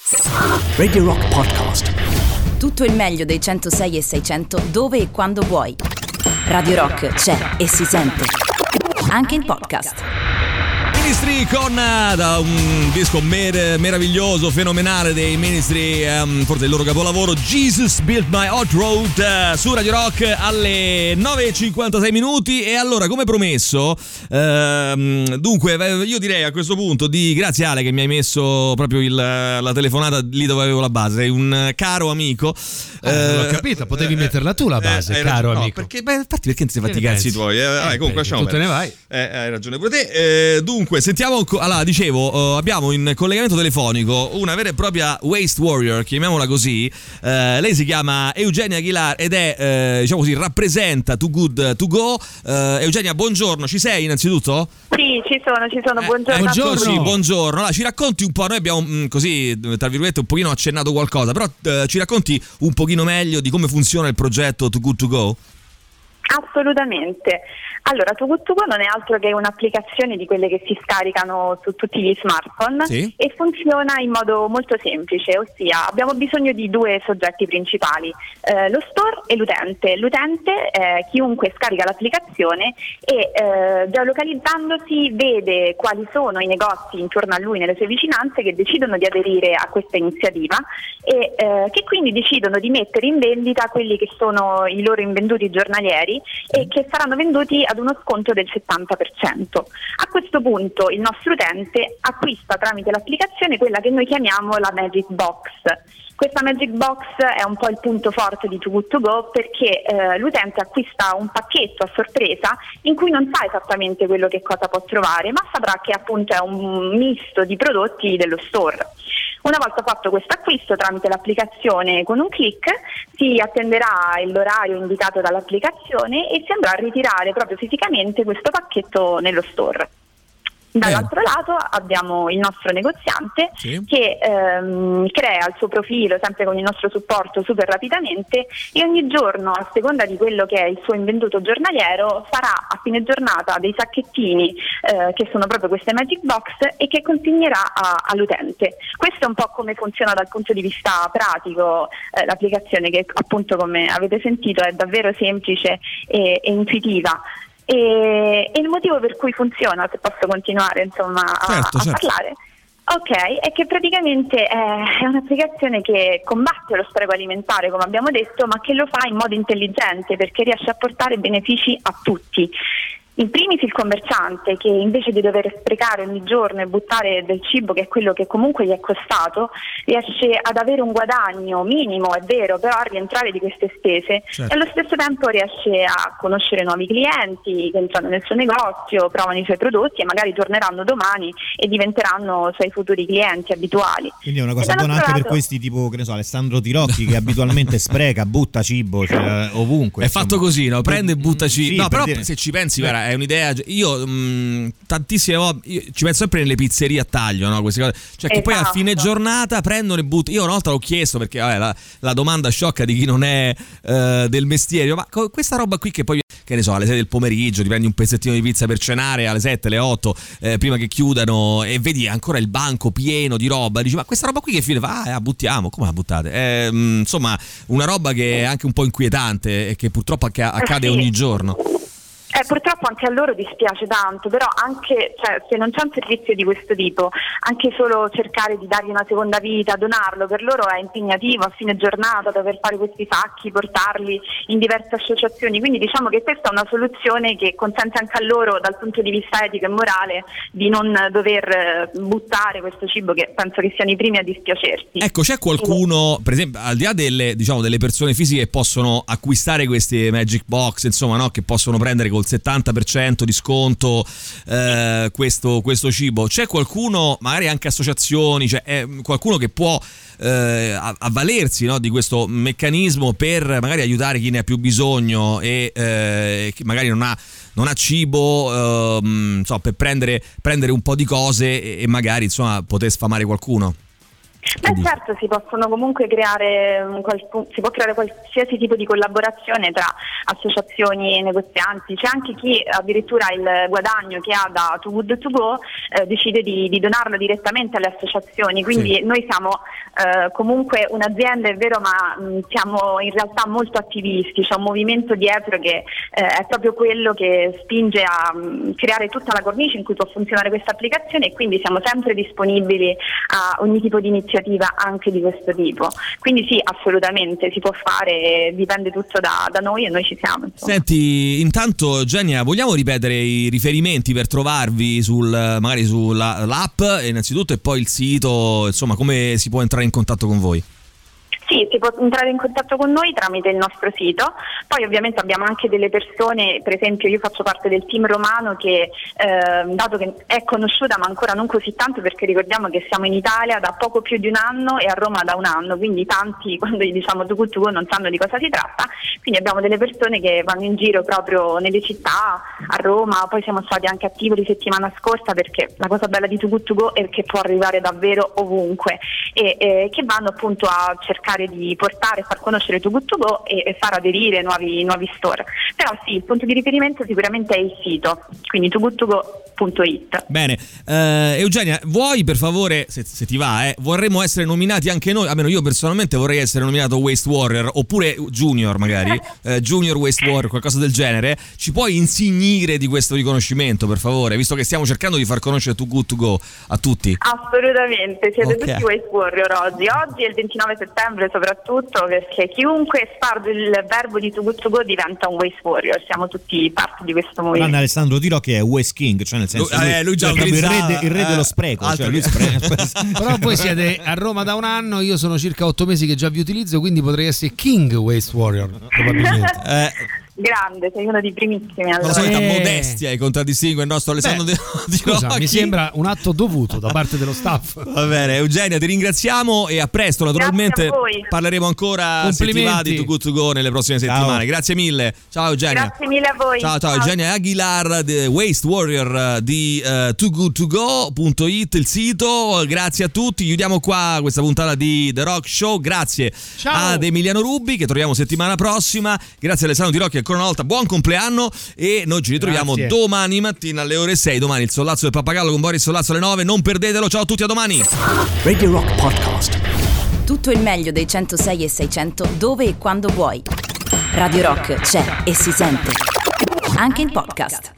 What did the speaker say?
Radio Rock Podcast. Tutto il meglio dei 106 e 600 dove e quando vuoi. Radio Rock c'è e si sente anche in podcast. Ministry con da un disco meraviglioso, fenomenale dei Ministry, forse il loro capolavoro, Jesus Built My Hot Road, su Radio Rock alle 9:56 minuti. E allora, come promesso, dunque io direi a questo punto grazie Ale che mi hai messo proprio la telefonata lì dove avevo la base, sei un caro amico. L'ho capito, potevi metterla tu la base, caro amico. Perché infatti perché non ti fatti i cazzi tuoi? Comunque lasciamo tu te ne vai. Hai ragione pure te. Dunque sentiamo, allora dicevo, abbiamo in collegamento telefonico una vera e propria waste warrior, chiamiamola così. Lei si chiama Eugenia Aguilar ed è diciamo così, rappresenta Too Good To Go. Eugenia, buongiorno, ci sei innanzitutto? Sì, ci sono, buongiorno. Buongiorno. Buongiorno. Allora, ci racconti un po', noi abbiamo così tra virgolette un pochino accennato qualcosa, però ci racconti un pochino meglio di come funziona il progetto Too Good To Go? Assolutamente. Allora, Too Good To Go non è altro che un'applicazione di quelle che si scaricano su tutti gli smartphone, sì, e funziona in modo molto semplice, ossia abbiamo bisogno di due soggetti principali, lo store e l'utente. L'utente è chiunque scarica l'applicazione e geolocalizzandosi vede quali sono i negozi intorno a lui nelle sue vicinanze che decidono di aderire a questa iniziativa e che quindi decidono di mettere in vendita quelli che sono i loro invenduti giornalieri e che saranno venduti ad uno sconto del 70%. A questo punto il nostro utente acquista tramite l'applicazione quella che noi chiamiamo la Magic Box. Questa Magic Box è un po' il punto forte di Too Good To Go perché l'utente acquista un pacchetto a sorpresa in cui non sa esattamente quello che cosa può trovare, ma saprà che appunto è un misto di prodotti dello store. Una volta fatto questo acquisto tramite l'applicazione, con un click si attenderà l'orario indicato dall'applicazione e si andrà a ritirare proprio fisicamente questo pacchetto nello store. Dall'altro lato abbiamo il nostro negoziante, sì, che crea il suo profilo sempre con il nostro supporto super rapidamente e ogni giorno, a seconda di quello che è il suo invenduto giornaliero, farà a fine giornata dei sacchettini che sono proprio queste Magic Box e che consegnerà all'utente. Questo è un po' come funziona dal punto di vista pratico l'applicazione, che appunto, come avete sentito, è davvero semplice e intuitiva. E il motivo per cui funziona, se posso continuare insomma a parlare, ok, è che praticamente è un'applicazione che combatte lo spreco alimentare, come abbiamo detto, ma che lo fa in modo intelligente perché riesce a portare benefici a tutti. In primis il commerciante, che invece di dover sprecare ogni giorno e buttare del cibo, che è quello che comunque gli è costato, riesce ad avere un guadagno minimo, è vero, però a rientrare di queste spese, certo, e allo stesso tempo riesce a conoscere nuovi clienti che entrano nel suo negozio, provano i suoi prodotti e magari torneranno domani e diventeranno suoi futuri clienti abituali. Quindi è una cosa buona anche per questi tipo, che ne so, Alessandro Tirocchi, che abitamente spreca, butta cibo, cioè, ovunque. È fatto così, no? Prende e butta cibo. Sì, no, però se ci pensi, vera, è un'idea. Io tantissime volte ci penso sempre nelle pizzerie a taglio, no? Queste cose, cioè che poi a fine giornata prendono e buttano. Io una volta l'ho chiesto perché vabbè, la domanda sciocca di chi non è del mestiere, ma questa roba qui che poi, che ne so, alle 6 del pomeriggio ti prendi un pezzettino di pizza per cenare alle 7, alle 8 prima che chiudano e vedi ancora il banco pieno di roba, dici ma questa roba qui che fine fa? La buttiamo. Come la buttate? Insomma, una roba che è anche un po' inquietante e che purtroppo accade ogni giorno. Purtroppo anche a loro dispiace tanto, però anche se non c'è un servizio di questo tipo, anche solo cercare di dargli una seconda vita, donarlo, per loro è impegnativo a fine giornata dover fare questi sacchi, portarli in diverse associazioni, quindi diciamo che questa è una soluzione che consente anche a loro dal punto di vista etico e morale di non dover buttare questo cibo, che penso che siano i primi a dispiacersi. Ecco, c'è qualcuno, per esempio, al di là delle persone fisiche che possono acquistare queste Magic Box, insomma, no, che possono prendere col 70% di sconto questo cibo, c'è qualcuno, magari anche associazioni, cioè qualcuno che può avvalersi, no, di questo meccanismo per magari aiutare chi ne ha più bisogno e che magari non ha cibo, per prendere un po' di cose e magari insomma poter sfamare qualcuno? Beh, certo, si possono comunque creare si può creare qualsiasi tipo di collaborazione tra associazioni e negozianti. C'è anche chi addirittura il guadagno che ha da Too Good To Go decide di donarlo direttamente alle associazioni, quindi sì, noi siamo comunque un'azienda, è vero, ma siamo in realtà molto attivisti, c'è un movimento dietro che è proprio quello che spinge a creare tutta la cornice in cui può funzionare questa applicazione, e quindi siamo sempre disponibili a ogni tipo di iniziativa anche di questo tipo. Quindi sì, assolutamente si può fare, dipende tutto da noi e noi ci siamo, insomma. Senti, intanto Eugenia, vogliamo ripetere i riferimenti per trovarvi magari sull'app innanzitutto, e poi il sito, insomma, come si può entrare in contatto con voi? Sì, si può entrare in contatto con noi tramite il nostro sito, poi ovviamente abbiamo anche delle persone, per esempio io faccio parte del team romano che, dato che è conosciuta ma ancora non così tanto, perché ricordiamo che siamo in Italia da poco più di un anno e a Roma da un anno, quindi tanti, quando gli diciamo Too Good To Go, non sanno di cosa si tratta, quindi abbiamo delle persone che vanno in giro proprio nelle città, a Roma, poi siamo stati anche a Tivoli settimana scorsa, perché la cosa bella di Too Good To Go è che può arrivare davvero ovunque, e che vanno appunto a cercare di portare, far conoscere Too Good To Go e far aderire nuovi store. Però sì, il punto di riferimento sicuramente è il sito, quindi togoodtogo.it. Bene, Eugenia, vuoi per favore, se ti va, vorremmo essere nominati anche noi, almeno io personalmente vorrei essere nominato Waste Warrior, oppure Junior magari, Junior Waste Warrior, qualcosa del genere. Ci puoi insignire di questo riconoscimento, per favore, visto che stiamo cercando di far conoscere Too Good To Go a tutti? Assolutamente, siete tutti Waste Warrior oggi è il 29 settembre soprattutto, perché chiunque sparge il verbo di Too Good To Go diventa un Waste Warrior, siamo tutti parte di questo movimento. Tranne Alessandro Tirocchi è Waste King, cioè nel senso lui già il re dello spreco, cioè lui però voi siete a Roma da un anno, io sono circa 8 mesi che già vi utilizzo, quindi potrei essere King Waste Warrior probabilmente. Grande, sei uno dei primissimi. Allora. La solita modestia che contraddistingue il nostro Alessandro Tirocchi. Scusa, mi sembra un atto dovuto da parte dello staff. Va bene, Eugenia, ti ringraziamo e a presto. Naturalmente parleremo ancora, se ti va, di Too Good To Go nelle prossime settimane. Grazie mille. Ciao Eugenia. Grazie mille a voi. Ciao. Eugenia Aguilar, Waste Warrior di togoodtogo.it, il sito. Grazie a tutti. Chiudiamo qua questa puntata di The Rock Show. Grazie ad Emiliano Rubi, che troviamo settimana prossima. Grazie a Alessandro Tirocchi ancora una volta, buon compleanno, e noi ci ritroviamo domani mattina alle ore 6. Domani il Sollazzo del Pappagallo con Boris Sollazzo alle 9, non perdetelo. Ciao a tutti, a domani. Radio Rock Podcast. Tutto il meglio dei 106 e 600 dove e quando vuoi. Radio Rock c'è e si sente anche in podcast.